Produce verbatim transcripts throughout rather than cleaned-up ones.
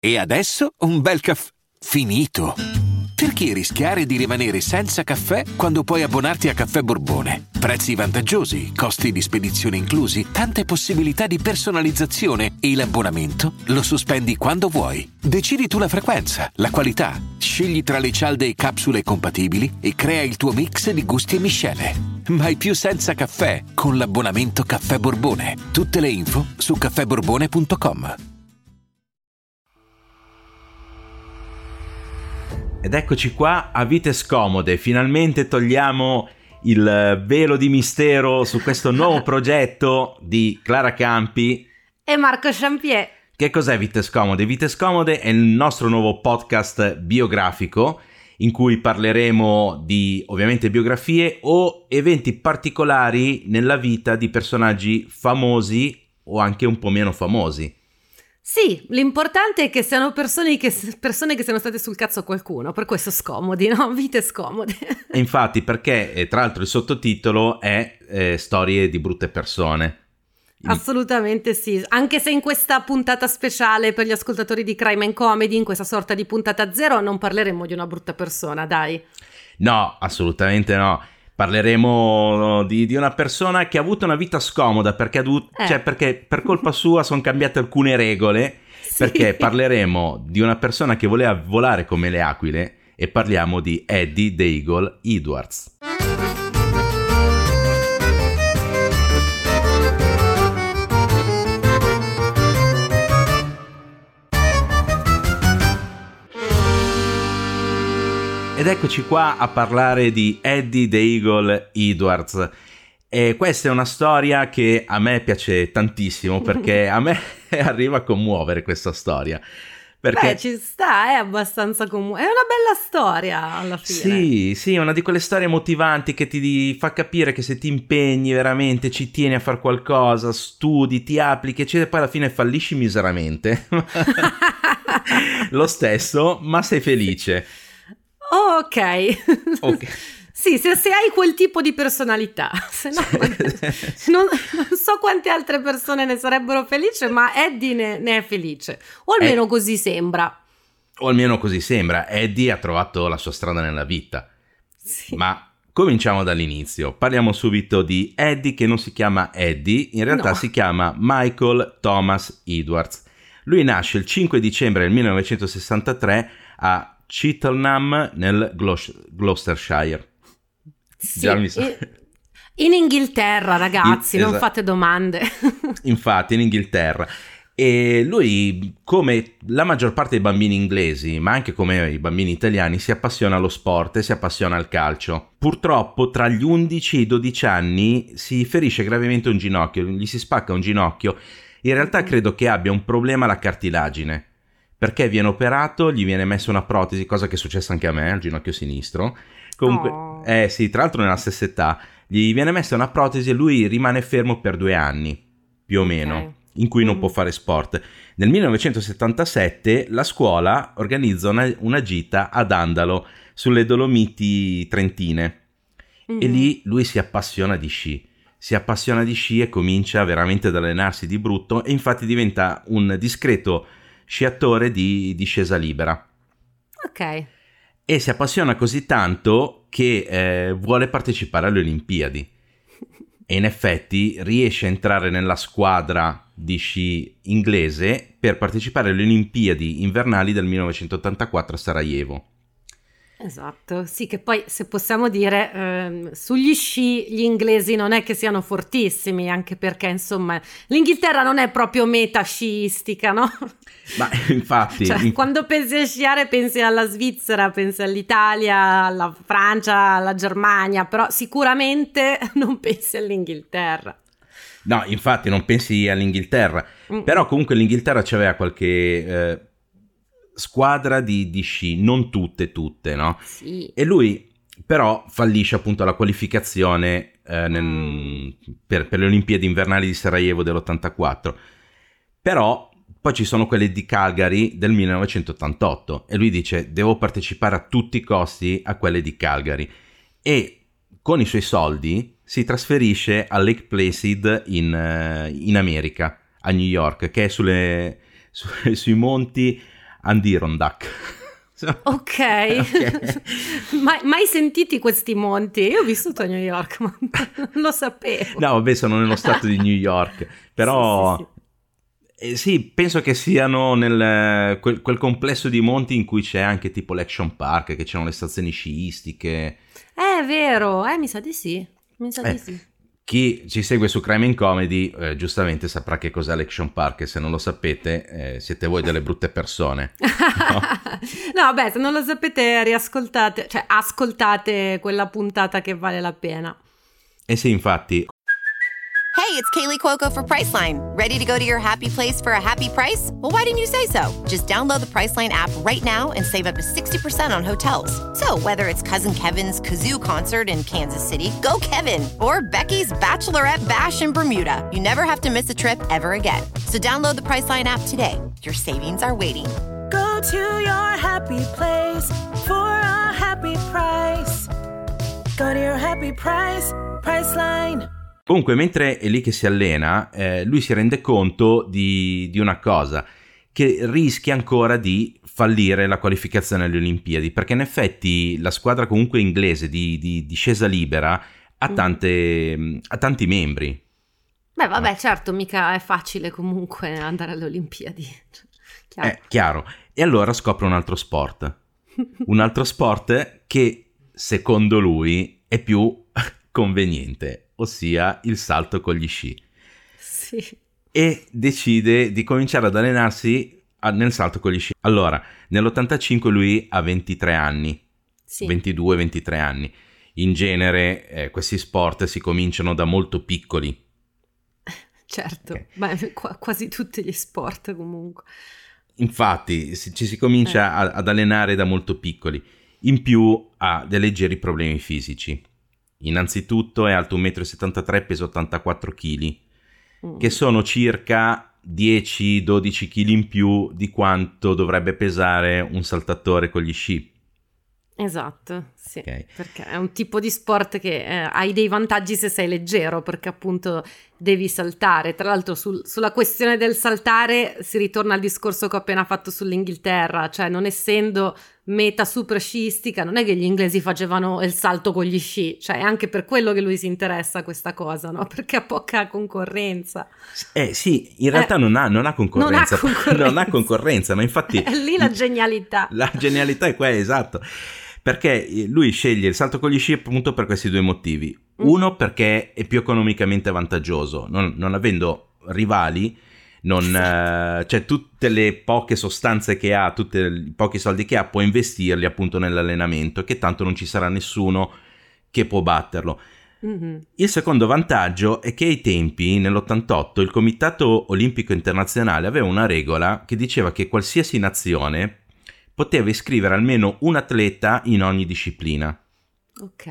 E adesso un bel caffè finito. Perché rischiare di rimanere senza caffè quando puoi abbonarti a Caffè Borbone? Prezzi vantaggiosi, costi di spedizione inclusi, tante possibilità di personalizzazione e l'abbonamento lo sospendi quando vuoi. Decidi tu la frequenza, la qualità, scegli tra le cialde e capsule compatibili e crea il tuo mix di gusti e miscele. Mai più senza caffè con l'abbonamento Caffè Borbone. Tutte le info su caffè borbone punto com. Ed eccoci qua a Vite Scomode, finalmente togliamo il velo di mistero su questo nuovo progetto di Clara Campi e Marco Champier. Che cos'è Vite Scomode? Vite Scomode è il nostro nuovo podcast biografico in cui parleremo di ovviamente biografie o eventi particolari nella vita di personaggi famosi o anche un po' meno famosi. Sì, l'importante è che siano persone che, persone che siano state sul cazzo a qualcuno, per questo scomodi, no? Vite scomode. E infatti, perché eh, tra l'altro il sottotitolo è eh, Storie di brutte persone. Assolutamente sì, anche se in questa puntata speciale per gli ascoltatori di Crime and Comedy, in questa sorta di puntata zero, non parleremo di una brutta persona, dai. No, assolutamente no. Parleremo di, di una persona che ha avuto una vita scomoda perché, ha dovuto, eh. cioè perché per colpa sua sono cambiate alcune regole, sì. Perché parleremo di una persona che voleva volare come le aquile e parliamo di Eddie the Eagle Edwards. Ed eccoci qua a parlare di Eddie the Eagle Edwards. E questa è una storia che a me piace tantissimo perché a me arriva a commuovere questa storia. Perché... Beh, ci sta, è abbastanza comune. È una bella storia alla fine. Sì, sì, è una di quelle storie motivanti che ti fa capire che se ti impegni veramente, ci tieni a fare qualcosa, studi, ti applichi, eccetera, poi alla fine fallisci miseramente. Lo stesso, ma sei felice. Ok, okay. Sì, se, se hai quel tipo di personalità, se no magari, non, non so quante altre persone ne sarebbero felici, ma Eddie ne, ne è felice, o almeno eh, così sembra. O almeno così sembra, Eddie ha trovato la sua strada nella vita, sì. Ma cominciamo dall'inizio, parliamo subito di Eddie che non si chiama Eddie, in realtà no. Si chiama Michael Thomas Edwards. Lui nasce il cinque dicembre del millenovecentosessantatré a Cheltenham nel Glos- Gloucestershire. Sì, Già mi sa... in Inghilterra, ragazzi, in, non esatto. Fate domande. Infatti, in Inghilterra. E lui, come la maggior parte dei bambini inglesi, ma anche come i bambini italiani, si appassiona allo sport e si appassiona al calcio. Purtroppo, tra gli undici e i dodici anni si ferisce gravemente un ginocchio, gli si spacca un ginocchio. In realtà credo che abbia un problema alla cartilagine. Perché viene operato, gli viene messa una protesi, cosa che è successa anche a me, al ginocchio sinistro. Comunque, oh. eh sì, tra l'altro nella stessa età, gli viene messa una protesi e lui rimane fermo per due anni, più o meno, okay. In cui non mm. può fare sport. Nel millenovecentosettantasette la scuola organizza una, una gita ad Andalo, sulle Dolomiti Trentine. Mm. E lì lui si appassiona di sci. Si appassiona di sci e comincia veramente ad allenarsi di brutto e infatti diventa un discreto sciatore di discesa libera. Ok. E si appassiona così tanto che eh, vuole partecipare alle Olimpiadi. E in effetti riesce a entrare nella squadra di sci inglese per partecipare alle Olimpiadi invernali del millenovecentottantaquattro a Sarajevo. Esatto, sì, che poi se possiamo dire ehm, sugli sci gli inglesi non è che siano fortissimi, anche perché insomma l'Inghilterra non è proprio meta sciistica, no? Ma infatti... Cioè, in... quando pensi a sciare pensi alla Svizzera, pensi all'Italia, alla Francia, alla Germania, però sicuramente non pensi all'Inghilterra. No, infatti non pensi all'Inghilterra, mm. Però comunque l'Inghilterra c'aveva qualche... Eh, squadra di, di sci, non tutte tutte, no? Sì. E lui però fallisce appunto la qualificazione eh, nel, per, per le Olimpiadi invernali di Sarajevo dell'ottantaquattro. Però poi ci sono quelle di Calgary del millenovecentottantotto e lui dice devo partecipare a tutti i costi a quelle di Calgary e con i suoi soldi si trasferisce a Lake Placid in, in America, a New York, che è sulle, su, sui monti Adirondack. Ok, okay. mai, mai sentiti questi monti? Io ho vissuto a New York, ma non lo sapevo. No, vabbè, sono nello stato di New York, però sì, sì, sì. Eh, sì, penso che siano nel quel, quel complesso di monti in cui c'è anche tipo l'Action Park, che c'erano le stazioni sciistiche. Eh, è vero, eh, mi sa di sì, mi sa eh. di sì. Chi ci segue su Crime and Comedy eh, giustamente saprà che cos'è l'Action Park, e se non lo sapete eh, siete voi delle brutte persone. No? No, beh, se non lo sapete riascoltate, cioè ascoltate quella puntata che vale la pena. Eh sì, infatti. Hey, it's Kaylee Cuoco for Priceline. Ready to go to your happy place for a happy price? Well, why didn't you say so? Just download the Priceline app right now and save up to sixty percent on hotels. So whether it's Cousin Kevin's Kazoo Concert in Kansas City, go Kevin, or Becky's Bachelorette Bash in Bermuda, you never have to miss a trip ever again. So download the Priceline app today. Your savings are waiting. Go to your happy place for a happy price. Go to your happy price, Priceline. Comunque, mentre è lì che si allena, eh, lui si rende conto di, di una cosa, che rischia ancora di fallire la qualificazione alle Olimpiadi, perché in effetti la squadra comunque inglese di, di discesa libera ha, tante, ha tanti membri. Beh, vabbè, certo, mica è facile comunque andare alle Olimpiadi. Chiaro. Eh, chiaro. E allora scopre un altro sport. Un altro sport che, secondo lui, è più conveniente, ossia il salto con gli sci. Sì. E decide di cominciare ad allenarsi a, nel salto con gli sci. Allora, nell'ottantacinque lui ha ventitré anni, sì. ventidue ventitré anni. In genere eh, questi sport si cominciano da molto piccoli. Certo, Okay. ma qu- quasi tutti gli sport comunque. Infatti si, ci si comincia eh. a, ad allenare da molto piccoli. In più ha dei leggeri problemi fisici. Innanzitutto è alto uno virgola settantatré metri, pesa ottantaquattro chili, mm. che sono circa dieci dodici chili in più di quanto dovrebbe pesare un saltatore con gli sci. Esatto, sì, Okay. perché è un tipo di sport che eh, hai dei vantaggi se sei leggero, perché appunto devi saltare. Tra l'altro sul, sulla questione del saltare si ritorna al discorso che ho appena fatto sull'Inghilterra, cioè non essendo meta super sciistica, non è che gli inglesi facevano il salto con gli sci, cioè è anche per quello che lui si interessa a questa cosa, no? Perché ha poca concorrenza. Eh sì, in realtà Eh, non ha, non ha concorrenza. non ha concorrenza. Non ha concorrenza, ma infatti È lì la genialità. La genialità è quella, esatto. Perché lui sceglie il salto con gli sci appunto per questi due motivi. Uno, perché è più economicamente vantaggioso, non, non avendo rivali, non, Esatto. eh, cioè tutte le poche sostanze che ha, tutti i pochi soldi che ha, può investirli appunto nell'allenamento, che tanto non ci sarà nessuno che può batterlo. Mm-hmm. Il secondo vantaggio è che ai tempi, nell'ottantotto, il Comitato Olimpico Internazionale aveva una regola che diceva che qualsiasi nazione poteva iscrivere almeno un atleta in ogni disciplina. Ok.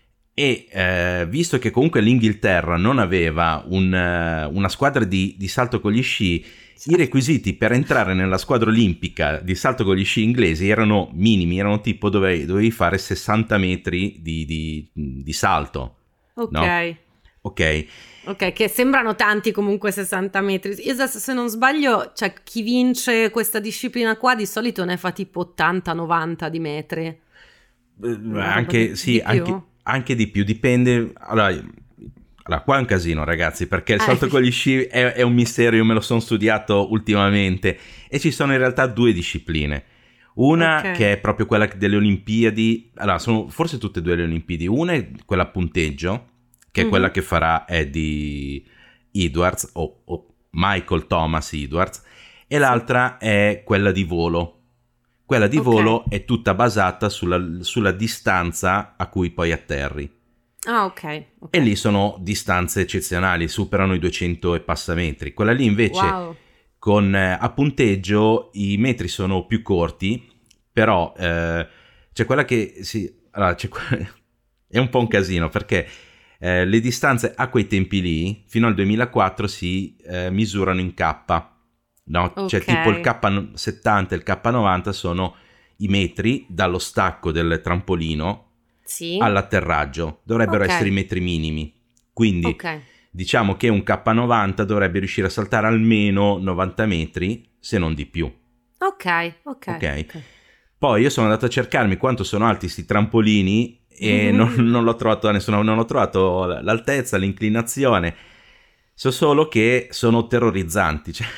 E eh, visto che comunque l'Inghilterra non aveva un, uh, una squadra di, di salto con gli sci, i requisiti per entrare nella squadra olimpica di salto con gli sci inglesi erano minimi, erano tipo dovevi, dovevi fare sessanta metri di, di, di salto. Ok. No? Ok. Ok, che sembrano tanti comunque sessanta metri. Io adesso, se non sbaglio, cioè chi vince questa disciplina qua di solito ne fa tipo ottanta novanta di metri. Eh, Una anche, roba di- sì, di più? anche, anche di più, dipende. Allora, allora, qua è un casino, ragazzi, perché il Eh. salto con gli sci è, è un mistero, io me lo sono studiato ultimamente, e ci sono in realtà due discipline. Una Ok. che è proprio quella delle Olimpiadi, allora sono forse tutte e due le Olimpiadi, una è quella a punteggio, che è Mhm. quella che farà Eddie Edwards o, o Michael Thomas Edwards, e l'altra è quella di volo. Quella di Ok. volo è tutta basata sulla, sulla distanza a cui poi atterri. Ah, ok. ok. E lì sono distanze eccezionali, superano i duecento e passa metri. Quella lì invece Wow. con eh, a punteggio i metri sono più corti, però eh, c'è quella che si allora, c'è que- è un po' un casino, perché eh, le distanze a quei tempi lì fino al duemilaquattro si eh, misurano in K, no? Cioè Ok. tipo il K settanta e il K novanta sono i metri dallo stacco del trampolino Sì. all'atterraggio, dovrebbero Ok. essere i metri minimi, quindi Ok. diciamo che un K novanta dovrebbe riuscire a saltare almeno novanta metri, se non di più. Ok, ok. Ok. okay. Poi io sono andato a cercarmi quanto sono alti sti trampolini e non, non l'ho trovato da nessuno, non ho trovato l'altezza, l'inclinazione, so solo che sono terrorizzanti, cioè,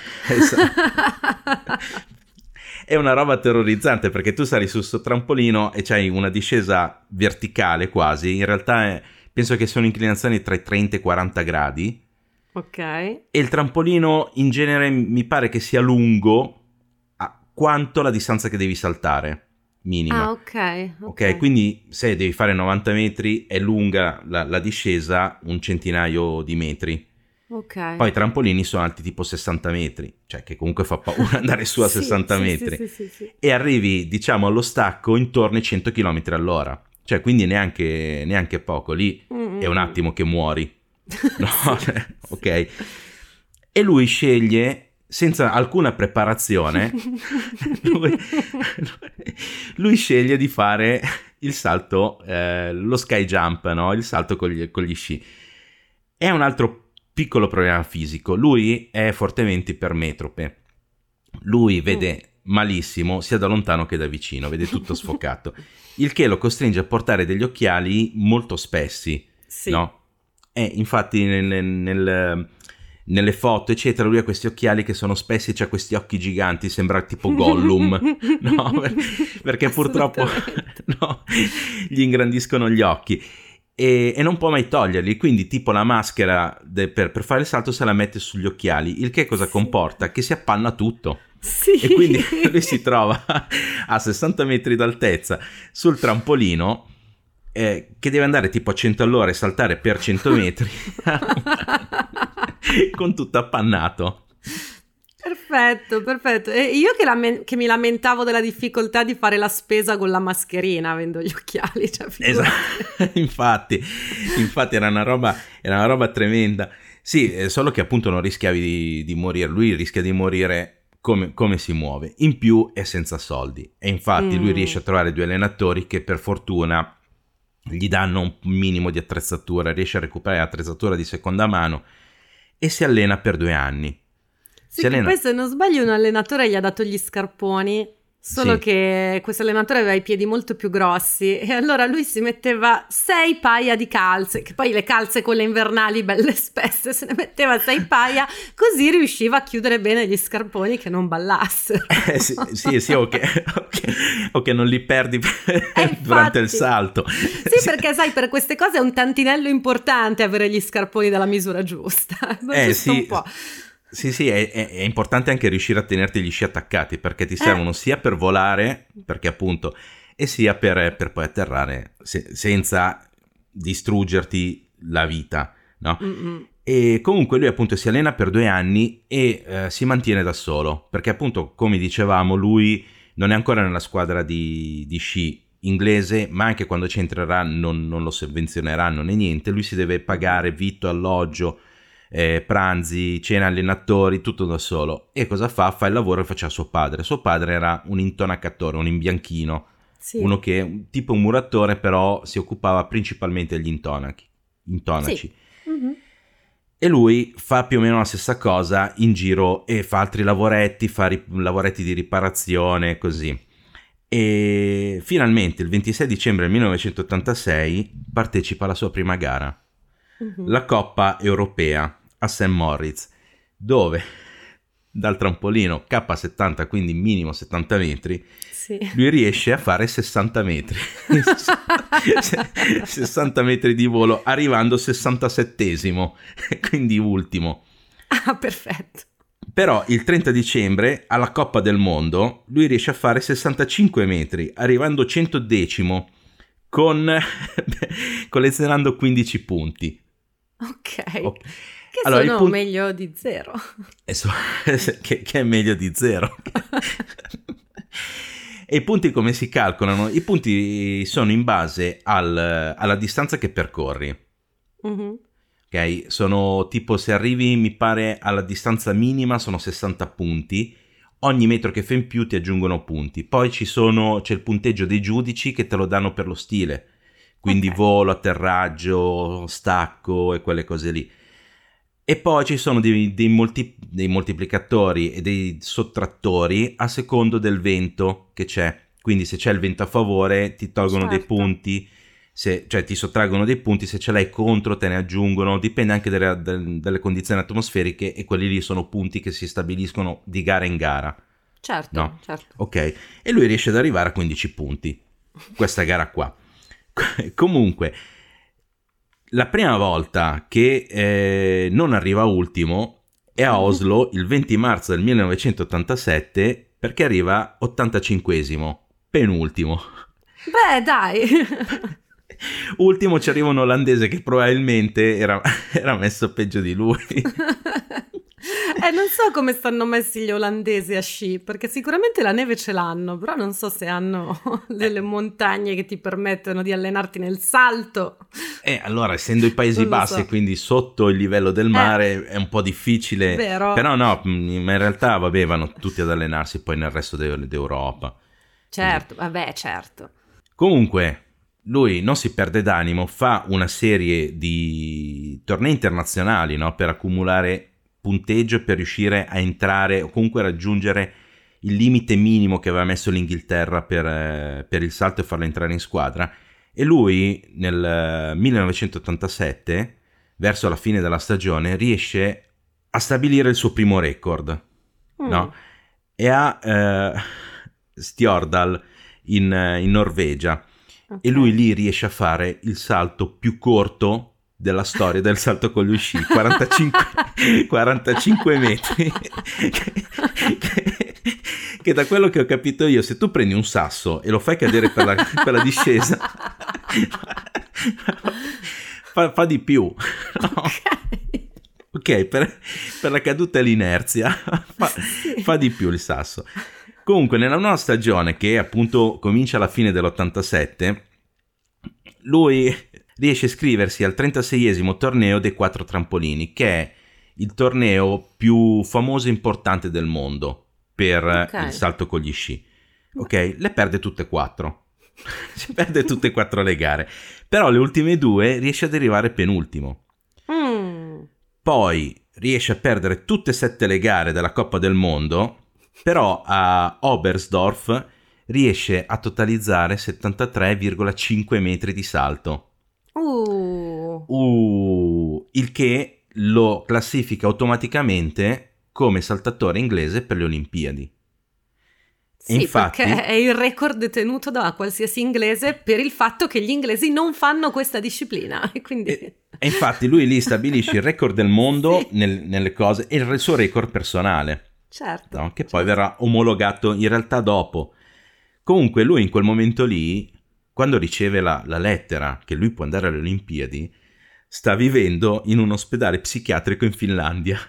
è una roba terrorizzante perché tu sali su sto trampolino e c'hai una discesa verticale quasi, in realtà è, penso che siano inclinazioni tra i trenta e i quaranta gradi. Ok. E il trampolino in genere mi pare che sia lungo a quanto la distanza che devi saltare, minima. Ah, ok. Ok, Ok, quindi se devi fare novanta metri è lunga la, la discesa un centinaio di metri. ok. Poi i trampolini sono alti tipo sessanta metri, cioè che comunque fa paura andare su a Sì, sessanta sì, metri. Sì, sì, sì, sì. E arrivi, diciamo, allo stacco intorno ai cento chilometri all'ora. Cioè, quindi neanche, neanche poco. Lì Mm-mm. è un attimo che muori. No? Ok. E lui sceglie, senza alcuna preparazione, lui, lui sceglie di fare il salto, eh, lo sky jump, no? Il salto con gli, con gli sci. È un altro piccolo problema fisico. Lui è fortemente ipermetrope. Lui vede malissimo sia da lontano che da vicino, vede tutto sfocato, il che lo costringe a portare degli occhiali molto spessi, Sì. no? E infatti nel, nel, nelle foto eccetera lui ha questi occhiali che sono spessi, c'ha questi occhi giganti, sembra tipo Gollum, no? Perché purtroppo no, gli ingrandiscono gli occhi. E, e non può mai toglierli, quindi tipo la maschera de, per, per fare il salto se la mette sugli occhiali, il che cosa Sì. comporta? Che si appanna tutto. Sì. E quindi lui si trova a sessanta metri d'altezza sul trampolino, eh, che deve andare tipo a cento all'ora e saltare per cento metri con tutto appannato. Perfetto, perfetto. E io che, lamen- che mi lamentavo della difficoltà di fare la spesa con la mascherina avendo gli occhiali, cioè, figurati. Esatto. infatti, infatti era una roba, era una roba tremenda. Sì, eh, solo che appunto non rischiavi di, di morire. Lui rischia di morire come, come si muove. In più è senza soldi. E infatti Mm. lui riesce a trovare due allenatori che per fortuna gli danno un minimo di attrezzatura. Riesce a recuperare attrezzatura di seconda mano e si allena per due anni. Sì, Si che allena- poi se non sbaglio un allenatore gli ha dato gli scarponi, solo Sì. che questo allenatore aveva i piedi molto più grossi e allora lui si metteva sei paia di calze, che poi le calze quelle invernali belle spesse, se ne metteva sei paia, così riusciva a chiudere bene gli scarponi che non ballassero. Eh, sì, sì, sì, ok, ok, ok, non li perdi Eh, durante il infatti. salto. Sì, perché sai, per queste cose è un tantinello importante avere gli scarponi della misura giusta, Eh, giusto sì. un po'. Sì, sì, è, è- è importante anche riuscire a tenerti gli sci attaccati perché ti servono sia per volare, perché appunto, e sia per, per poi atterrare se- senza distruggerti la vita, no? Mm-mm. E comunque lui appunto si allena per due anni e eh, si mantiene da solo, perché appunto, come dicevamo, lui non è ancora nella squadra di, di sci inglese, ma anche quando ci entrerà non, non lo sovvenzioneranno né niente, lui si deve pagare vitto, alloggio, eh, pranzi, cena, allenatori, tutto da solo. E cosa fa? Fa il lavoro che faceva suo padre. Suo padre era un intonacatore, un imbianchino, Sì. uno che tipo un muratore, però si occupava principalmente degli intonachi, intonaci. Sì. Mhm. E lui fa più o meno la stessa cosa in giro e fa altri lavoretti, fa ri- lavoretti di riparazione, così. E finalmente il ventisei dicembre del millenovecentottantasei partecipa alla sua prima gara, Mhm. la Coppa Europea a Saint Moritz, dove dal trampolino K settanta, quindi minimo settanta metri, Sì. lui riesce a fare sessanta metri. sessanta metri di volo, arrivando sessantasettesimo, quindi ultimo. Ah, perfetto. Però il trenta dicembre alla Coppa del Mondo lui riesce a fare sessantacinque metri, arrivando centodecimo, con collezionando quindici punti. Ok. Ok. Che Allora, sono il pun- meglio di zero. E so- che, che è meglio di zero. E i punti come si calcolano? I punti sono in base al- alla distanza che percorri. Mhm. Ok, sono tipo, se arrivi mi pare alla distanza minima sono sessanta punti, ogni metro che fai in più ti aggiungono punti, poi ci sono, c'è il punteggio dei giudici che te lo danno per lo stile, quindi Ok. volo, atterraggio, stacco e quelle cose lì. E poi ci sono dei, dei, multi, dei moltiplicatori e dei sottrattori a secondo del vento che c'è. Quindi se c'è il vento a favore ti tolgono Certo. dei punti, se, cioè ti sottraggono dei punti, se ce l'hai contro te ne aggiungono, dipende anche delle, delle, delle condizioni atmosferiche, e quelli lì sono punti che si stabiliscono di gara in gara. Certo, No. certo. Ok, e lui riesce ad arrivare a quindici punti, questa gara qua. Comunque, la prima volta che eh, non arriva ultimo è a Oslo il venti marzo del millenovecentottantasette, perché arriva ottantacinquesimo, penultimo. Beh, dai. Ultimo ci arriva un olandese che probabilmente era, era messo peggio di lui. Eh, non so come stanno messi gli olandesi a sci, perché sicuramente la neve ce l'hanno, però non so se hanno delle montagne che ti permettono di allenarti nel salto. E allora, essendo i Paesi Non lo Bassi so. e quindi sotto il livello del mare, è un po' difficile. Vero. Però no, mh, ma in realtà vabbè, vanno tutti ad allenarsi poi nel resto de- d'Europa. Certo, vabbè, certo. Comunque, lui non si perde d'animo, fa una serie di tornei internazionali, no? Per accumulare punteggio, per riuscire a entrare o comunque raggiungere il limite minimo che aveva messo l'Inghilterra per, eh, per il salto e farlo entrare in squadra. E lui nel eh, millenovecentottantasette, verso la fine della stagione, riesce a stabilire il suo primo record, Mm. no? E a eh, Stjørdal in, eh, in Norvegia. Ok. E lui lì riesce a fare il salto più corto della storia del salto con gli sci, quarantacinque, quarantacinque metri, che, che, che da quello che ho capito io, se tu prendi un sasso e lo fai cadere per la, per la discesa, fa, fa di più, no? Ok, per, per la caduta e l'inerzia fa, Sì. fa di più il sasso. Comunque nella nuova stagione, che appunto comincia alla fine dell'ottantasette, lui riesce a iscriversi al trentaseiesimo torneo dei quattro trampolini, che è il torneo più famoso e importante del mondo per Ok. il salto con gli sci. Ok, le perde tutte e quattro. Si perde tutte e quattro le gare. Però le ultime due riesce ad arrivare penultimo. Mm. Poi riesce a perdere tutte e sette le gare della Coppa del Mondo, però a Oberstdorf riesce a totalizzare settantatré virgola cinque metri di salto. Uh. Uh, il che lo classifica automaticamente come saltatore inglese per le Olimpiadi. Sì, infatti- perché è il record detenuto da qualsiasi inglese per il fatto che gli inglesi non fanno questa disciplina. E quindi... E, e infatti lui lì stabilisce il record del mondo Sì. nel- nelle cose e il suo record personale, Certo. no? Che poi verrà omologato in realtà dopo. Comunque lui in quel momento lì, quando riceve la, la lettera che lui può andare alle Olimpiadi, sta vivendo in un ospedale psichiatrico in Finlandia.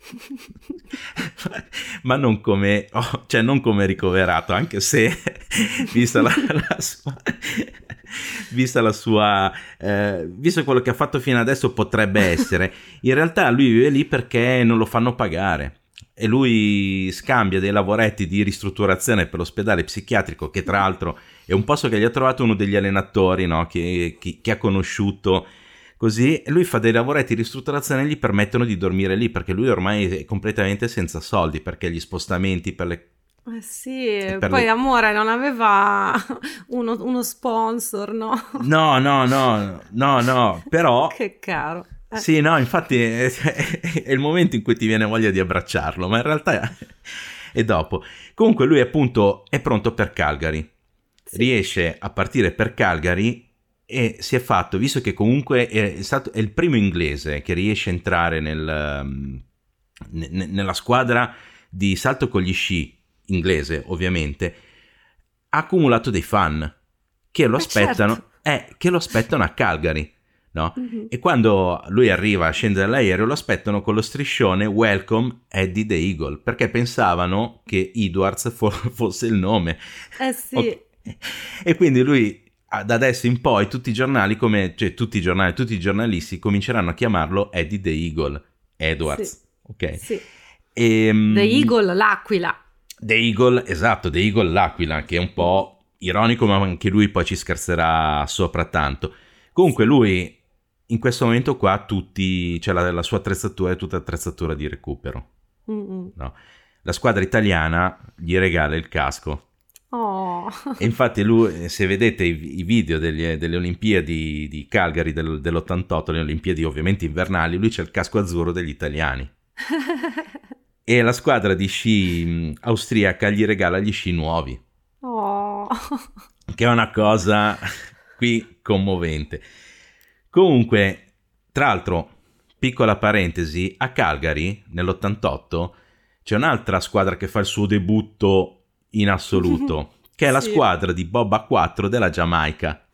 Ma non come, oh, cioè non come ricoverato, anche se vista la, la sua, vista la sua eh, visto quello che ha fatto fino adesso potrebbe essere. In realtà lui vive lì perché non lo fanno pagare. E lui scambia dei lavoretti di ristrutturazione per l'ospedale psichiatrico, che tra l'altro è un posto che gli ha trovato uno degli allenatori, no? che, che, che ha conosciuto, così, e lui fa dei lavoretti di ristrutturazione e gli permettono di dormire lì, perché lui ormai è completamente senza soldi, perché gli spostamenti per le... Eh sì, per poi le- amore non aveva uno, uno sponsor, no? No, no, no, no, no, però... Che caro. Eh, Sì, no, infatti è, è il momento in cui ti viene voglia di abbracciarlo, ma in realtà è dopo. Comunque lui appunto è pronto per Calgary, sì. riesce a partire per Calgary e si è fatto, visto che comunque è, stato, è il primo inglese che riesce a entrare nel, um, ne- nella squadra di salto con gli sci inglese, ovviamente, ha accumulato dei fan che lo Eh, aspettano, certo. eh, che lo aspettano a Calgary. No? Mhm. E quando lui arriva, scende dall'aereo, lo aspettano con lo striscione Welcome Eddie the Eagle, perché pensavano che Edwards fo- fosse il nome. Eh sì. Ok. E quindi lui da adesso in poi tutti i giornali, come cioè tutti i giornali, tutti i giornalisti cominceranno a chiamarlo Eddie the Eagle Edwards. Sì. Ok. Sì. E, The Eagle, l'aquila. The Eagle, esatto, The Eagle l'aquila, che è un po' ironico, ma anche lui poi ci scherzerà sopra tanto. Comunque lui in questo momento qua tutti, cioè la, la sua attrezzatura è tutta attrezzatura di recupero. No. La squadra italiana gli regala il casco. Oh. E infatti lui, se vedete i, i video degli, delle Olimpiadi di Calgary del, dell'ottantotto, le Olimpiadi ovviamente invernali, lui c'ha il casco azzurro degli italiani. E la squadra di sci austriaca gli regala gli sci nuovi. Oh. Che è una cosa qui commovente. Comunque, tra l'altro, piccola parentesi, a Calgary nell'ottantotto c'è un'altra squadra che fa il suo debutto in assoluto, che è la sì. squadra di Bob a quattro della Giamaica.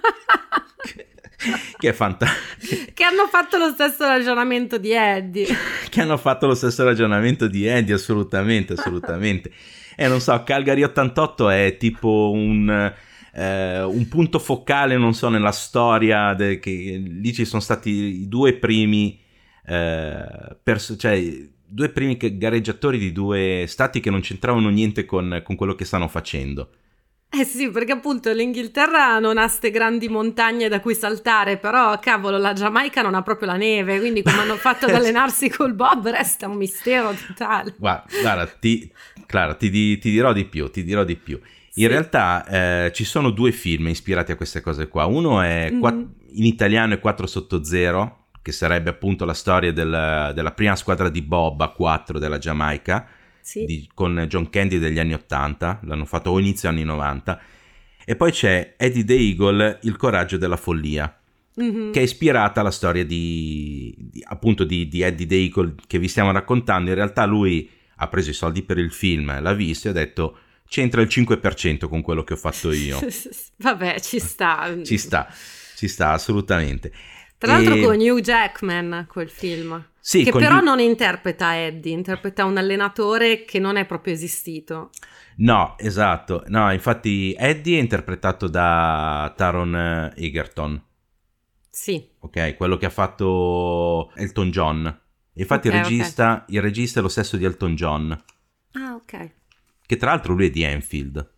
Che è fantastico. Che hanno fatto lo stesso ragionamento di Eddie. Che hanno fatto lo stesso ragionamento di Eddie, assolutamente, assolutamente. E non so, Calgary ottantotto è tipo un, eh, un punto focale, non so, nella storia, de, che lì ci sono stati i due primi, eh, pers- cioè due primi gareggiatori di due stati che non c'entravano niente con, con quello che stanno facendo. Eh sì, perché appunto l'Inghilterra non ha ste grandi montagne da cui saltare, però cavolo, la Giamaica non ha proprio la neve, quindi come hanno fatto ad allenarsi col Bob resta un mistero totale. Guarda, guarda ti, Clara, ti, di, ti dirò di più, ti dirò di più. In sì. realtà eh, ci sono due film ispirati a queste cose qua. Uno è mm-hmm. quatt- in italiano è quattro sotto zero, che sarebbe appunto la storia del, della prima squadra di Bob a quattro della Giamaica. Sì. Di, con John Candy degli anni ottanta, l'hanno fatto o inizio anni novanta, e poi c'è Eddie the Eagle, Il coraggio della follia, mm-hmm. che è ispirata alla storia di, di appunto di, di Eddie the Eagle che vi stiamo raccontando. In realtà lui ha preso i soldi per il film, l'ha visto e ha detto c'entra il cinque per cento con quello che ho fatto io. Vabbè, ci sta. Ci sta, ci sta assolutamente. Tra l'altro e... con Hugh Jackman quel film. Sì, che però Hugh... non interpreta Eddie, interpreta un allenatore che non è proprio esistito. No, esatto. No, infatti Eddie è interpretato da Taron Egerton. Sì. Ok, quello che ha fatto Elton John. Infatti okay, il regista, okay. il regista è lo stesso di Elton John. Ah, ok. Che tra l'altro lui è di Enfield.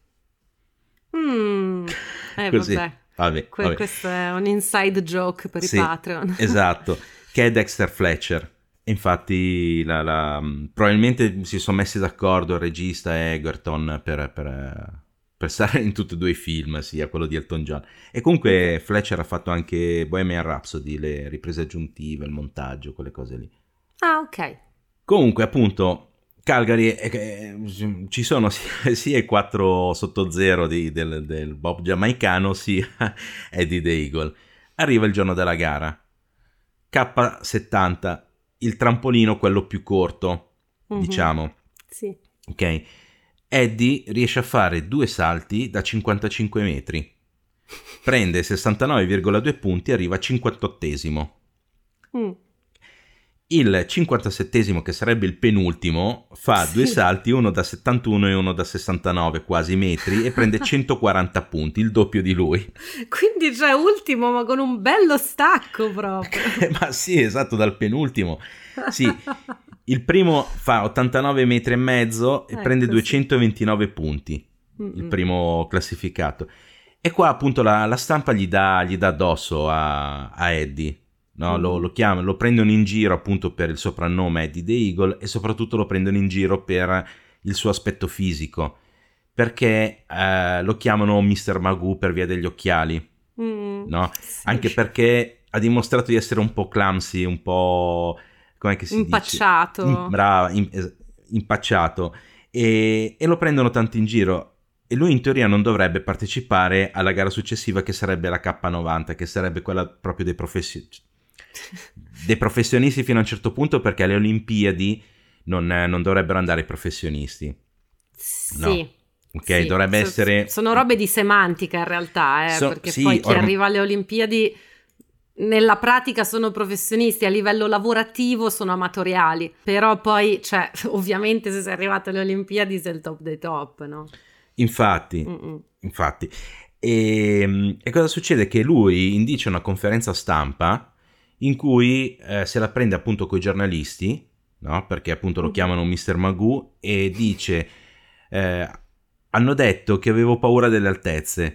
Mm. Eh, Così. vabbè. Vabbè, que- vabbè. Questo è un inside joke per sì, i Patreon. Esatto, che è Dexter Fletcher. Infatti la, la, probabilmente si sono messi d'accordo il regista e Egerton per, per, per stare in tutti e due i film, sia quello di Elton John. E comunque Fletcher ha fatto anche Bohemian Rhapsody, le riprese aggiuntive, il montaggio, quelle cose lì. Ah, ok. Comunque appunto Calgary, eh, ci sono sia, sia i quattro sotto zero di, del, del Bob giamaicano sia Eddie the Eagle. Arriva il giorno della gara, K settanta, il trampolino quello più corto, mm-hmm. diciamo. Sì. Ok. Eddie riesce a fare due salti da cinquantacinque metri, prende sessantanove virgola due punti e arriva a cinquantottesimo. Mm. Il cinquantasettesimo, che sarebbe il penultimo, fa sì. due salti, uno da settantuno e uno da sessantanove quasi metri, e prende centoquaranta punti, il doppio di lui. Quindi c'è ultimo, ma con un bello stacco proprio. Ma sì, esatto, dal penultimo. Sì, il primo fa ottantanove metri e mezzo e ecco, prende duecentoventinove sì. punti, Mm-mm. il primo classificato. E qua appunto la, la stampa gli dà, gli dà addosso a, a Eddie. No, lo, lo chiamano, lo prendono in giro appunto per il soprannome Eddie the Eagle, e soprattutto lo prendono in giro per il suo aspetto fisico, perché eh, lo chiamano mister Magoo per via degli occhiali, mm, no? Sì. Anche perché ha dimostrato di essere un po' clumsy, un po' com'è che si impacciato. dice? In, brava, in, impacciato, e, e lo prendono tanto in giro. E lui in teoria non dovrebbe partecipare alla gara successiva, che sarebbe la K novanta, che sarebbe quella proprio dei professionisti. dei professionisti fino a un certo punto, perché alle Olimpiadi non, non dovrebbero andare i professionisti. Sì. No. Ok, sì. dovrebbe so, essere... Sono robe di semantica in realtà, eh, so, perché sì, poi chi orm... arriva alle Olimpiadi nella pratica sono professionisti, a livello lavorativo sono amatoriali, però poi, cioè, ovviamente se sei arrivato alle Olimpiadi sei il top dei top, no? Infatti, Mm-mm. infatti. E, e cosa succede? Che lui indice una conferenza stampa in cui eh, se la prende appunto coi giornalisti, no? Perché appunto lo chiamano mister Magoo, e dice eh, hanno detto che avevo paura delle altezze,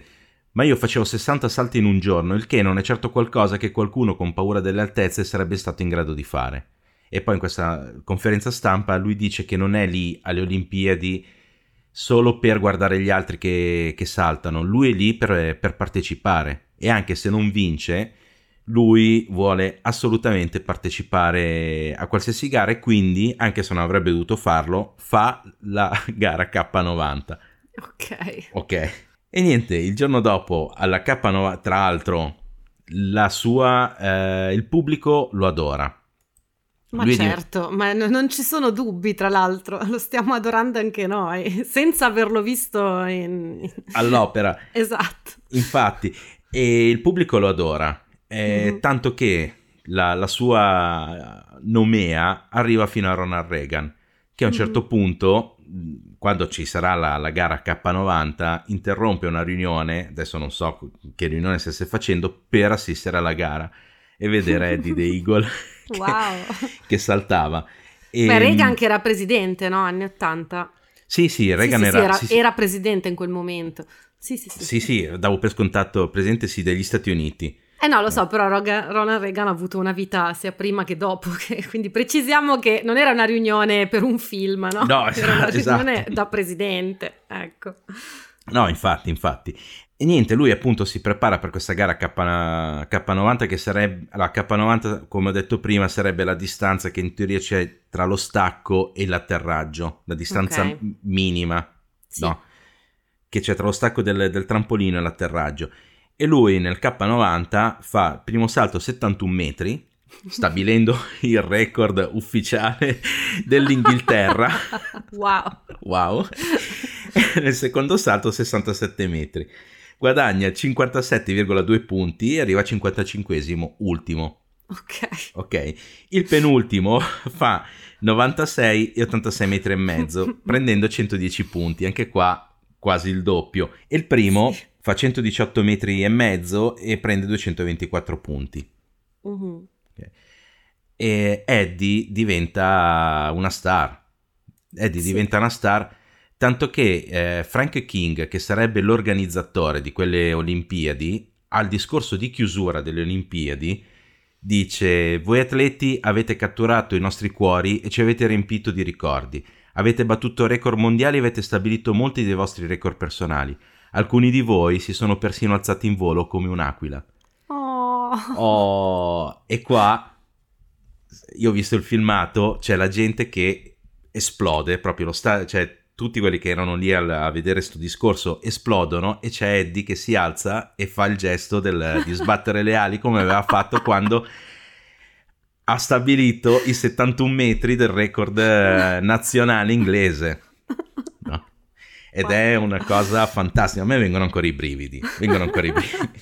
ma io facevo sessanta salti in un giorno, il che non è certo qualcosa che qualcuno con paura delle altezze sarebbe stato in grado di fare. E poi in questa conferenza stampa lui dice che non è lì alle Olimpiadi solo per guardare gli altri che, che saltano, lui è lì per, per partecipare, e anche se non vince lui vuole assolutamente partecipare a qualsiasi gara, e quindi, anche se non avrebbe dovuto farlo, fa la gara K novanta. Ok. Ok. E niente, il giorno dopo alla K novanta, tra l'altro, la sua, eh, il pubblico lo adora. Ma Lui certo, di... ma n- non ci sono dubbi, tra l'altro, lo stiamo adorando anche noi, senza averlo visto in... all'opera. Esatto. Infatti, e il pubblico lo adora, eh, Mm-hmm. tanto che la, la sua nomea arriva fino a Ronald Reagan, che a un certo mm-hmm. punto, quando ci sarà la, la gara K novanta, interrompe una riunione, adesso non so che riunione stesse facendo, per assistere alla gara e vedere Eddie the Eagle che, wow. che saltava. E, Beh, Reagan che era presidente, no? Anni ottanta. Sì, sì, Reagan sì, sì, era, sì, era, sì, sì. era presidente in quel momento. Sì, sì, sì. Sì, sì, davo per scontato presidente, sì, degli Stati Uniti. Eh no, lo so, però Roga, Ronald Reagan ha avuto una vita sia prima che dopo, che, quindi precisiamo che non era una riunione per un film, no? No, era una riunione esatto. da presidente, ecco. No, infatti, infatti. E niente, lui appunto si prepara per questa gara K novanta, che sarebbe, la K novanta, come ho detto prima, sarebbe la distanza che in teoria c'è tra lo stacco e l'atterraggio, la distanza okay. minima, sì. no? Che c'è tra lo stacco del, del trampolino e l'atterraggio. E lui nel K novanta fa il primo salto settantuno metri, stabilendo il record ufficiale dell'Inghilterra. Wow. Wow. E nel secondo salto sessantasette metri. Guadagna cinquantasette virgola due punti e arriva a cinquantacinquesimo, ultimo. Ok. Ok. Il penultimo fa novantasei e ottantasei metri e mezzo, prendendo centodieci punti, anche qua quasi il doppio. E il primo sì. fa centodiciotto metri e mezzo e prende duecentoventiquattro punti. Uh-huh. Okay. E Eddie diventa una star. Eddie sì. diventa una star, tanto che eh, Frank King, che sarebbe l'organizzatore di quelle Olimpiadi, al discorso di chiusura delle Olimpiadi dice: voi atleti avete catturato i nostri cuori e ci avete riempito di ricordi, avete battuto record mondiali e avete stabilito molti dei vostri record personali, alcuni di voi si sono persino alzati in volo come un'aquila. Oh. Oh, e qua io ho visto il filmato, c'è la gente che esplode, proprio lo sta, cioè tutti quelli che erano lì a, a vedere sto discorso esplodono, e c'è Eddie che si alza e fa il gesto del, di sbattere le ali come aveva fatto quando ha stabilito i settantuno metri del record nazionale inglese, no? Ed è una cosa fantastica, a me vengono ancora i brividi, vengono ancora i brividi.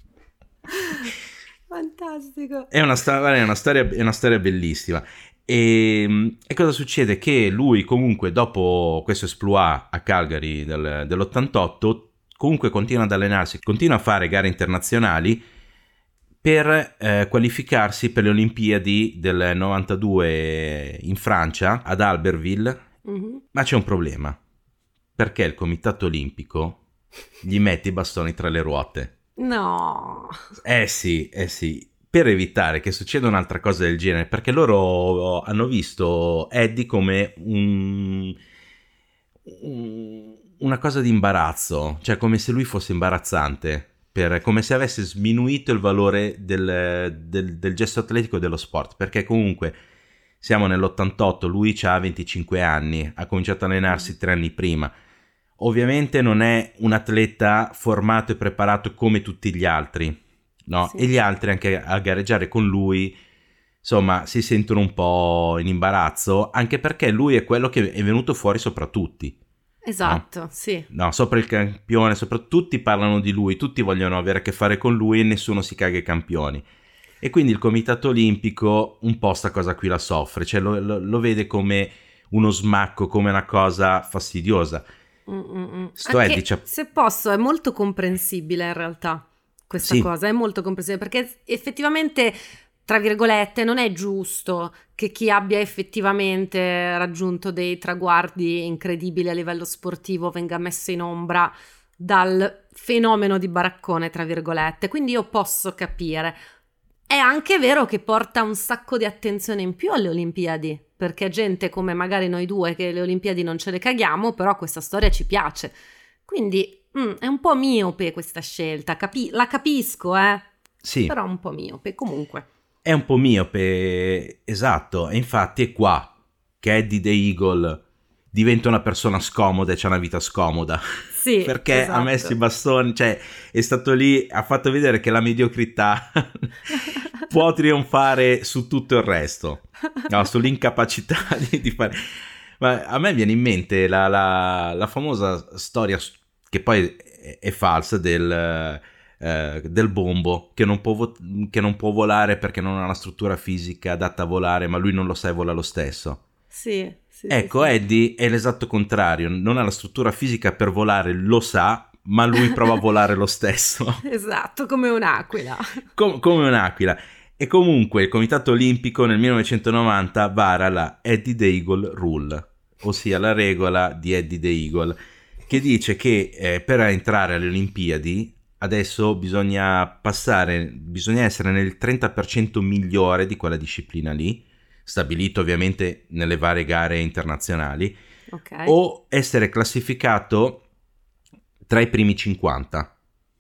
Fantastico. È una, sta- è una storia, è una storia bellissima. E, e cosa succede? Che lui comunque dopo questo exploit a Calgary del, dell'ottantotto comunque continua ad allenarsi, continua a fare gare internazionali per eh, qualificarsi per le Olimpiadi del novantadue in Francia, ad Albertville. Mm-hmm. Ma c'è un problema, perché il Comitato Olimpico gli mette i bastoni tra le ruote. No. Eh sì, eh sì. Per evitare che succeda un'altra cosa del genere, perché loro hanno visto Eddie come un, un, una cosa di imbarazzo, cioè come se lui fosse imbarazzante, per, come se avesse sminuito il valore del, del, del gesto atletico e dello sport, perché comunque siamo nell'ottantotto, lui ha venticinque anni, ha cominciato a allenarsi tre anni prima, ovviamente non è un atleta formato e preparato come tutti gli altri. No? Sì. E gli altri anche a gareggiare con lui insomma si sentono un po' in imbarazzo, anche perché lui è quello che è venuto fuori sopra tutti. Esatto, no? Sì. No, sopra il campione, sopra tutti parlano di lui, tutti vogliono avere a che fare con lui e nessuno si caga i campioni. E quindi il Comitato Olimpico un po' sta cosa qui la soffre, cioè lo, lo, lo vede come uno smacco, come una cosa fastidiosa. Sto Anche, Eddie, se posso, è molto comprensibile in realtà. Questa sì. cosa è molto comprensibile, perché effettivamente, tra virgolette, non è giusto che chi abbia effettivamente raggiunto dei traguardi incredibili a livello sportivo venga messo in ombra dal fenomeno di baraccone, tra virgolette, quindi io posso capire. È anche vero che porta un sacco di attenzione in più alle Olimpiadi, perché gente come magari noi due che le Olimpiadi non ce le caghiamo, però questa storia ci piace. Quindi mm, è un po' miope questa scelta, Capi- la capisco, eh? Sì. Però un po' miope, comunque. È un po' miope, esatto, e infatti è qua che Eddie the Eagle diventa una persona scomoda e c'ha una vita scomoda. Sì, perché esatto. ha messo i bastoni, cioè è stato lì, ha fatto vedere che la mediocrità può trionfare su tutto il resto, no, sull'incapacità di, di fare. Ma a me viene in mente la, la, la famosa storia, che poi è, è falsa, del, eh, del bombo che non, può vo- che non può volare perché non ha una struttura fisica adatta a volare, ma lui non lo sa e vola lo stesso. Sì. Sì, ecco, sì, sì. Eddie è l'esatto contrario, non ha la struttura fisica per volare, lo sa, ma lui prova a volare lo stesso. Esatto, come un'aquila. Com- come un'aquila. E comunque il Comitato Olimpico nel millenovecentonovanta vara la Eddie the Eagle Rule, ossia la regola di Eddie the Eagle, che dice che eh, per entrare alle Olimpiadi adesso bisogna passare, bisogna essere nel trenta per cento migliore di quella disciplina lì, stabilito ovviamente nelle varie gare internazionali, Okay. o essere classificato tra i primi cinquanta.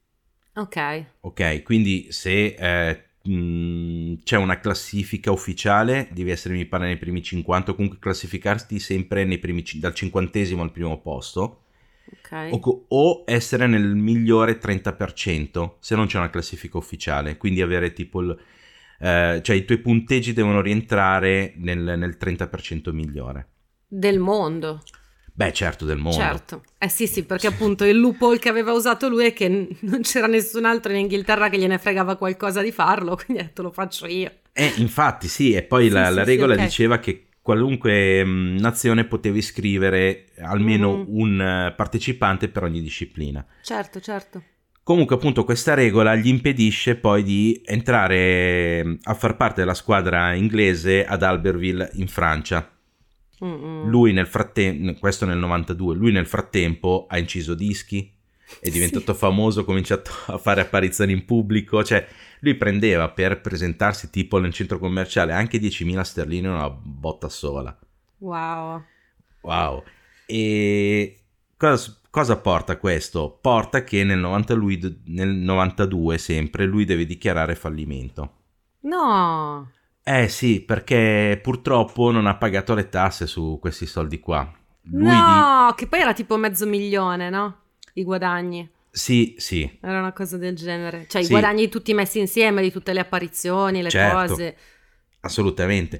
Ok. Ok, quindi se eh, mh, c'è una classifica ufficiale, devi essere, mi pare, nei primi cinquanta, o comunque classificarti sempre nei primi, dal cinquantesimo al primo posto, Ok. o, o essere nel migliore trenta per cento se non c'è una classifica ufficiale, quindi avere tipo il Eh, cioè i tuoi punteggi devono rientrare nel, nel trenta per cento migliore. Del mondo. Beh, certo, del mondo. Certo. Eh sì, sì, perché appunto il loophole che aveva usato lui è che n- non c'era nessun altro in Inghilterra che gliene fregava qualcosa di farlo, quindi ha detto lo faccio io. Eh, infatti, sì, e poi Sì, la, sì, la sì, regola ok. diceva che qualunque mh, nazione potevi iscrivere almeno Mhm. un eh, partecipante per ogni disciplina. Certo, certo. Comunque, appunto, questa regola gli impedisce poi di entrare a far parte della squadra inglese ad Albertville in Francia. Mm-mm. Lui nel frattempo, questo nel novantadue, lui nel frattempo ha inciso dischi, è diventato Sì. famoso, ha cominciato a fare apparizioni in pubblico, cioè lui prendeva per presentarsi tipo nel centro commerciale anche diecimila sterline una botta sola. Wow. Wow. E cosa, cosa porta questo? Porta che nel, novanta lui, nel novantadue sempre lui deve dichiarare fallimento. No. Eh sì, perché purtroppo non ha pagato le tasse su questi soldi qua. Lui No, che poi era tipo mezzo milione, no? I guadagni. di... Sì, sì, Era una cosa del genere. Cioè Sì. i guadagni tutti messi insieme di tutte le apparizioni, le Certo. cose. assolutamente.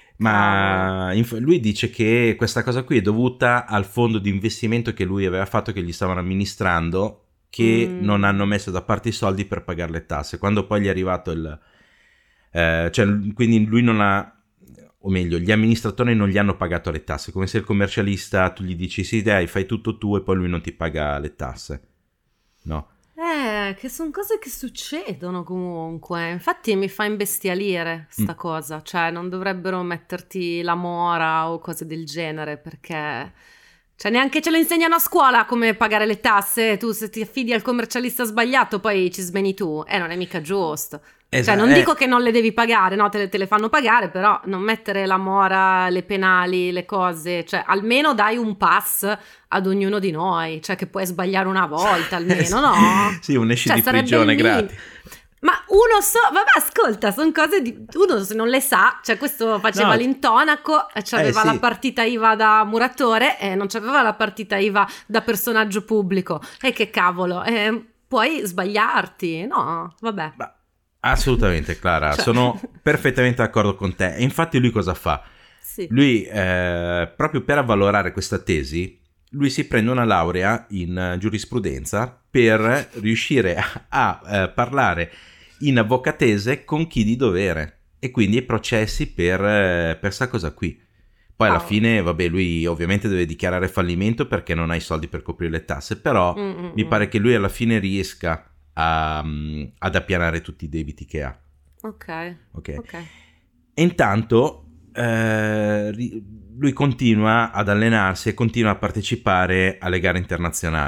Ma inf- lui dice che questa cosa qui è dovuta al fondo di investimento che lui aveva fatto, che gli stavano amministrando, che Mm. non hanno messo da parte i soldi per pagare le tasse. Quando poi gli è arrivato il... eh, cioè, quindi lui non ha... o meglio, gli amministratori non gli hanno pagato le tasse, come se il commercialista tu gli dici sì dai fai tutto tu e poi lui non ti paga le tasse, no? Eh, che sono cose che succedono comunque. Infatti mi fa imbestialire sta Mm. cosa. Cioè, non dovrebbero metterti la mora o cose del genere, perché... Cioè, neanche ce lo insegnano a scuola come pagare le tasse. Tu se ti affidi al commercialista sbagliato poi ci smeni tu. Eh, non è mica giusto. Esa- Cioè, non eh, dico che non le devi pagare, no, te le, te le fanno pagare, però non mettere la mora, le penali, le cose, cioè almeno dai un pass ad ognuno di noi, cioè che puoi sbagliare una volta almeno, no? Sì, un esci Cioè, di sarebbe prigione il minimo. gratis. Ma uno so, vabbè, ascolta, sono cose di uno se non le sa, cioè questo faceva No. l'intonaco, c'aveva Eh, sì. la partita I V A da muratore e non c'aveva la partita I V A da personaggio pubblico. E che cavolo, eh, puoi sbagliarti, no? Vabbè. Ma- assolutamente, Clara, Cioè. sono perfettamente d'accordo con te. E infatti lui cosa fa? Sì. Lui, eh, proprio per avvalorare questa tesi, lui si prende una laurea in eh, giurisprudenza per riuscire a, a, eh, parlare in avvocatese con chi di dovere, e quindi i processi per, eh, per sta cosa qui. Poi alla Wow. fine, vabbè, lui ovviamente deve dichiarare fallimento perché non ha i soldi per coprire le tasse, però Mm, mm, mi mm. pare che lui alla fine riesca a, mm, ad appianare tutti i debiti che ha. Ok, Ok. ok. E intanto eh, ri- lui continua ad allenarsi e continua a partecipare alle gare internazionali.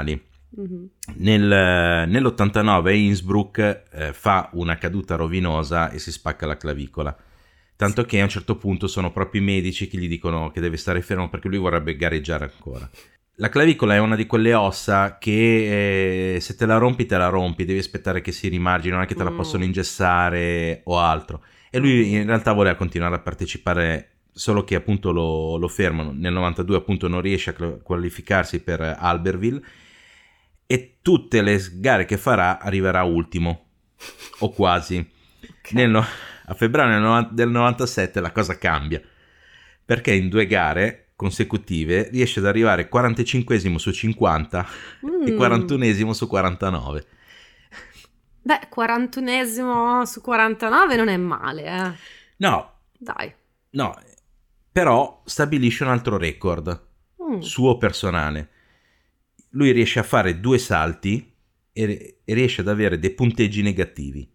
Mm-hmm. Nel, nell'ottantanove Innsbruck eh, fa una caduta rovinosa e si spacca la clavicola, tanto che a un certo punto sono proprio i medici che gli dicono che deve stare fermo perché lui vorrebbe gareggiare ancora. La clavicola è una di quelle ossa che eh, se te la rompi te la rompi, devi aspettare che si rimargini, non è che te la possono ingessare o altro, e lui in realtà voleva continuare a partecipare, solo che appunto lo, lo fermano. Nel novantadue appunto non riesce a qualificarsi per Albertville e tutte le gare che farà arriverà ultimo o quasi. Okay. Nel no- a febbraio del novantasette la cosa cambia, perché in due gare consecutive riesce ad arrivare quarantacinquesimo su cinquanta mm. e quarantunesimo su quarantanove. Beh, quarantunesimo su quarantanove non è male, eh. No. Dai. No, però stabilisce un altro record mm. suo personale. Lui riesce a fare due salti e, e riesce ad avere dei punteggi negativi.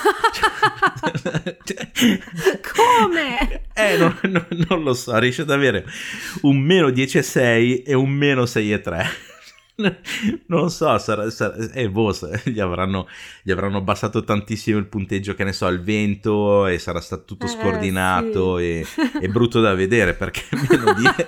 Come? Eh, non, non, non lo so, riesce ad avere un meno dieci virgola sei e un meno sei virgola tre. Non so, sarà, sarà, eh, boh, gli avranno, gli avranno abbassato tantissimo il punteggio, che ne so, il vento, e sarà stato tutto scordinato, eh, sì. e, e brutto da vedere, perché meno dieci...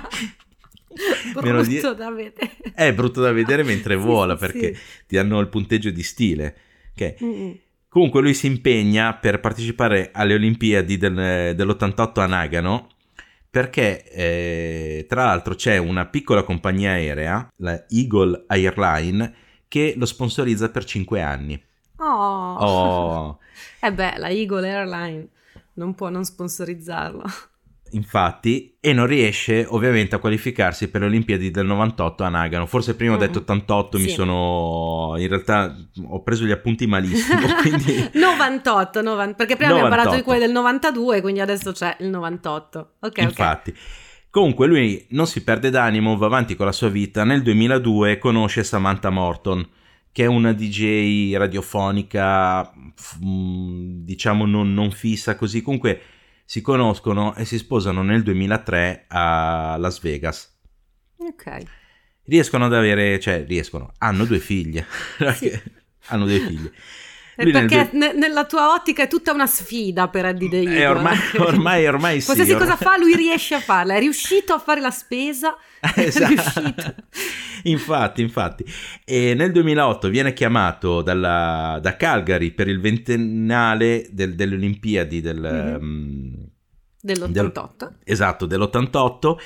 brutto die... da vedere. È brutto da vedere mentre sì, vola, sì, perché sì. ti danno il punteggio di stile. Ok. Mm-hmm. Comunque lui si impegna per partecipare alle Olimpiadi del, dell'ottantotto a Nagano, perché eh, tra l'altro c'è una piccola compagnia aerea, la Eagle Airline, che lo sponsorizza per cinque anni. Oh. oh. Eh beh, la Eagle Airline non può non sponsorizzarlo. Infatti, e non riesce ovviamente a qualificarsi per le Olimpiadi del novantotto a Nagano. Forse prima ho detto ottantotto, sì. mi sono... in realtà ho preso gli appunti malissimo. Quindi... novantotto, novanta, perché prima novantotto. Abbiamo parlato di quelli del novantadue, quindi adesso c'è il novantotto. Ok, Infatti. Okay. Comunque lui non si perde d'animo, va avanti con la sua vita. Nel duemiladue conosce Samantha Morton, che è una D J radiofonica, diciamo non, non fissa così, comunque... si conoscono e si sposano nel duemilatré a Las Vegas. Ok. Riescono ad avere, cioè riescono, hanno due figlie. Sì. hanno due figlie. Lui perché nel due... nella tua ottica è tutta una sfida per Eddie De Eagle. Eh, ormai, ormai, ormai sì. Qualsiasi ormai... cosa fa, lui riesce a farla. È riuscito a fare la spesa. Esatto. È riuscito. Infatti, infatti. E nel duemilaotto viene chiamato dalla, da Calgary per il ventennale del, delle Olimpiadi del, mm-hmm. um, dell'ottantotto. Del, esatto, dell'ottantotto.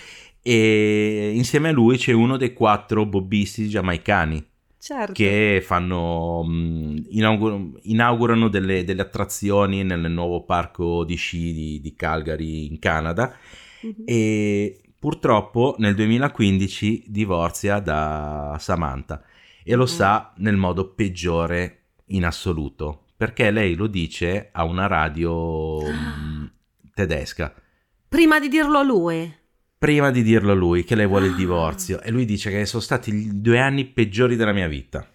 E insieme a lui c'è uno dei quattro bobbisti giamaicani. Certo. Che fanno inaugurano, inaugurano delle, delle attrazioni nel nuovo parco di sci di, di Calgary in Canada. Mm-hmm. E purtroppo nel duemilaquindici divorzia da Samantha e lo mm. sa nel modo peggiore in assoluto, perché lei lo dice a una radio mh, tedesca prima di dirlo a lui. Prima di dirlo a lui che lei vuole il divorzio, e lui dice che sono stati i due anni peggiori della mia vita.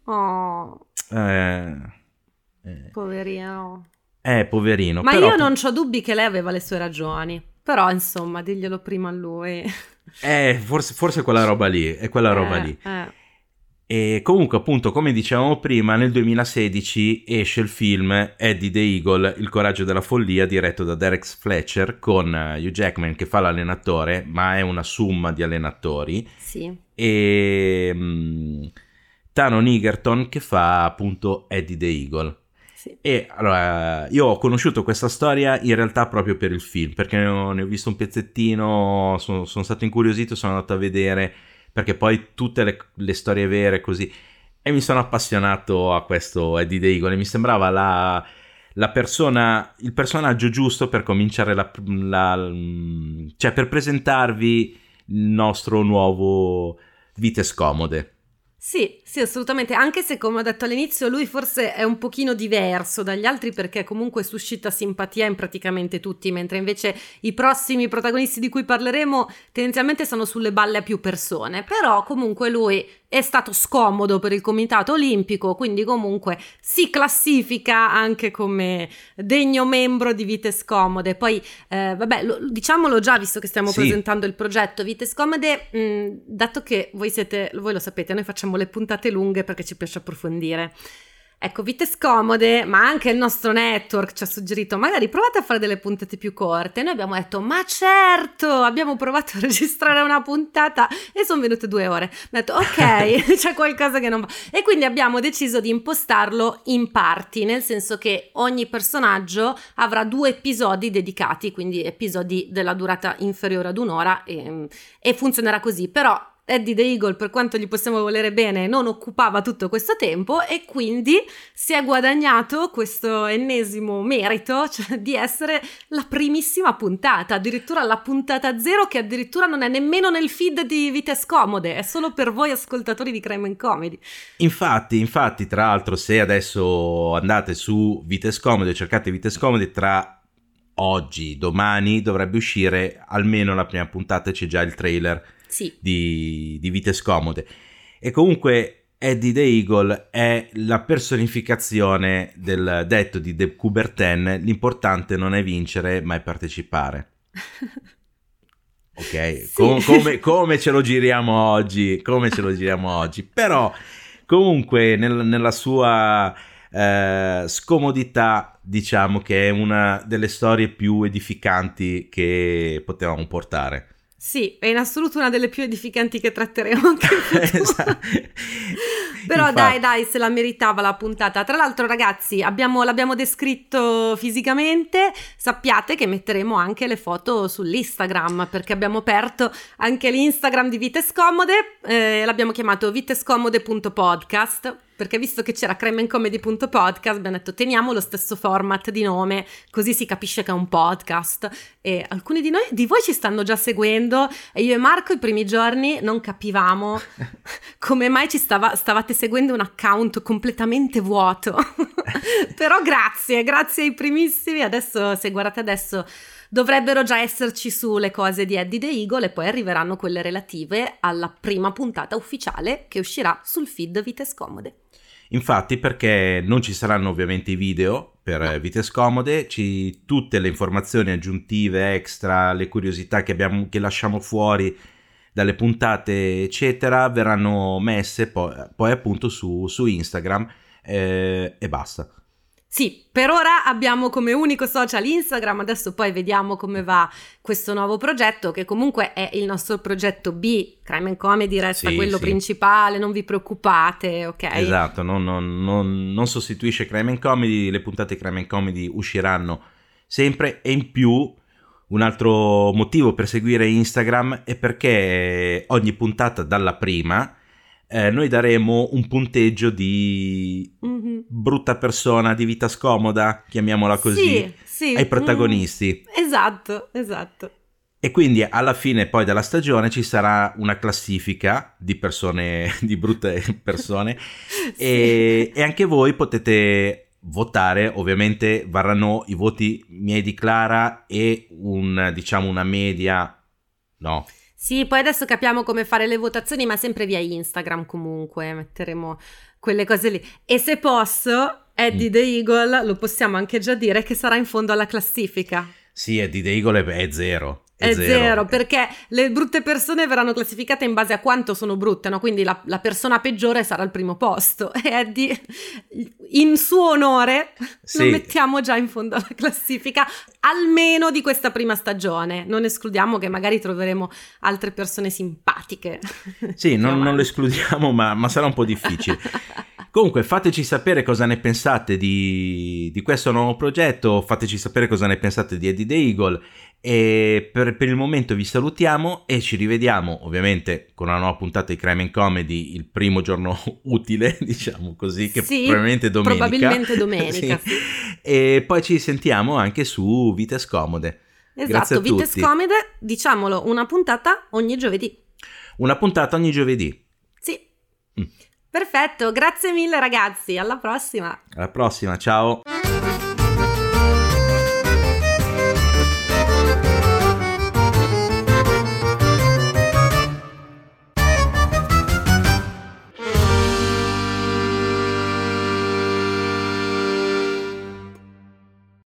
Oh, eh, eh. poverino. Eh, poverino. Ma però... io non c'ho dubbi che lei aveva le sue ragioni. Però, insomma, diglielo prima a lui. Eh, forse, forse quella roba lì, è quella eh, roba lì. Eh. E comunque, appunto, come dicevamo prima, nel duemilasedici esce il film Eddie the Eagle, Il coraggio della follia, diretto da Derek Fletcher, con Hugh Jackman che fa l'allenatore, ma è una summa di allenatori. Sì. E um, Taron Egerton che fa appunto Eddie the Eagle. Sì. E allora io ho conosciuto questa storia in realtà proprio per il film, perché ne ho, ne ho visto un pezzettino, sono, sono stato incuriosito, sono andato a vedere, perché poi tutte le, le storie vere così, e mi sono appassionato a questo Eddie the Eagle e mi sembrava la, la persona, il personaggio giusto per cominciare la, la, cioè per presentarvi il nostro nuovo Vite Scomode. Sì, sì, assolutamente, anche se come ho detto all'inizio lui forse è un pochino diverso dagli altri perché comunque suscita simpatia in praticamente tutti, mentre invece i prossimi protagonisti di cui parleremo tendenzialmente sono sulle balle a più persone, però comunque lui è stato scomodo per il Comitato Olimpico, quindi comunque si classifica anche come degno membro di Vite Scomode. Poi eh, vabbè, lo, diciamolo già, visto che stiamo sì. presentando il progetto Vite Scomode, mh, dato che voi siete, voi lo sapete, noi facciamo le puntate puntate lunghe perché ci piace approfondire. Ecco, Vite Scomode, ma anche il nostro network ci ha suggerito magari provate a fare delle puntate più corte. Noi abbiamo detto ma certo, abbiamo provato a registrare una puntata e sono venute due ore. Ho detto ok, c'è qualcosa che non va, e quindi abbiamo deciso di impostarlo in parti, nel senso che ogni personaggio avrà due episodi dedicati, quindi episodi della durata inferiore ad un'ora, e, e funzionerà così. Però Eddie the Eagle, per quanto gli possiamo volere bene, non occupava tutto questo tempo e quindi si è guadagnato questo ennesimo merito, cioè di essere la primissima puntata, addirittura la puntata zero, che addirittura non è nemmeno nel feed di Vite Scomode, è solo per voi ascoltatori di Crime and Comedy. Infatti, infatti, tra l'altro, se adesso andate su Vite Scomode, cercate Vite Scomode, tra oggi, domani dovrebbe uscire almeno la prima puntata, c'è già il trailer. Sì. Di, di Vite Scomode. E comunque Eddie the Eagle è la personificazione del detto di De Coubertin: l'importante non è vincere ma è partecipare. Ok, sì. Com- come, come ce lo giriamo oggi, come ce lo giriamo oggi, però comunque nel, nella sua eh, scomodità, diciamo che è una delle storie più edificanti che potevamo portare. Sì, è in assoluto una delle più edificanti che tratteremo anche in futuro. Esatto. Però infatti, dai, dai, se la meritava la puntata. Tra l'altro, ragazzi, abbiamo, l'abbiamo descritto fisicamente. Sappiate che metteremo anche le foto sull'Instagram, perché abbiamo aperto anche l'Instagram di Vite Scomode. Eh, l'abbiamo chiamato vitescomode punto podcast, perché visto che c'era crime and comedy punto podcast abbiamo detto teniamo lo stesso format di nome, così si capisce che è un podcast. E alcuni di noi, di voi ci stanno già seguendo, e io e Marco i primi giorni non capivamo come mai ci stava, stavate seguendo un account completamente vuoto. Però grazie, grazie ai primissimi. Adesso, se guardate adesso, dovrebbero già esserci su le cose di Eddie the Eagle, e poi arriveranno quelle relative alla prima puntata ufficiale che uscirà sul feed Vite Scomode. Infatti, perché non ci saranno ovviamente i video per Vite Scomode, ci, tutte le informazioni aggiuntive, extra, le curiosità che, abbiamo, che lasciamo fuori dalle puntate, eccetera, verranno messe poi, poi appunto su, su Instagram eh, e basta. Sì, per ora abbiamo come unico social Instagram, adesso poi vediamo come va questo nuovo progetto, che comunque è il nostro progetto B. Crime and Comedy resta sì, quello sì. principale, non vi preoccupate, ok? Esatto, non, non, non, non sostituisce Crime and Comedy, le puntate Crime and Comedy usciranno sempre, e in più un altro motivo per seguire Instagram è perché ogni puntata dalla prima Eh, noi daremo un punteggio di mm-hmm. brutta persona, di vita scomoda, chiamiamola così, sì, sì. ai protagonisti. Mm. Esatto, esatto. E quindi alla fine poi della stagione ci sarà una classifica di persone, di brutte persone, sì. e, e anche voi potete votare. Ovviamente varranno i voti miei di Clara e un, diciamo, una media, no? Sì, poi adesso capiamo come fare le votazioni, ma sempre via Instagram comunque, metteremo quelle cose lì. E se posso, Eddie mm. the Eagle, lo possiamo anche già dire, che sarà in fondo alla classifica. Sì, Eddie the Eagle è, è zero. È, è zero. zero, perché le brutte persone verranno classificate in base a quanto sono brutte, no? Quindi la, la persona peggiore sarà al primo posto, e Eddie, in suo onore, sì. lo mettiamo già in fondo alla classifica, almeno di questa prima stagione. Non escludiamo che magari troveremo altre persone simpatiche. Sì, non, non lo escludiamo, ma, ma sarà un po' difficile. Comunque fateci sapere cosa ne pensate di, di questo nuovo progetto, fateci sapere cosa ne pensate di Eddie the Eagle, e per, per il momento vi salutiamo e ci rivediamo ovviamente con una nuova puntata di Crime and Comedy il primo giorno utile, diciamo così, che sì, probabilmente domenica. Probabilmente domenica, sì. Sì. E poi ci sentiamo anche su Vite Scomode. Esatto, Grazie a Vite tutti. Scomode, diciamolo, una puntata ogni giovedì. Una puntata ogni giovedì. Sì. Mm. Perfetto, grazie mille ragazzi, alla prossima. Alla prossima, ciao.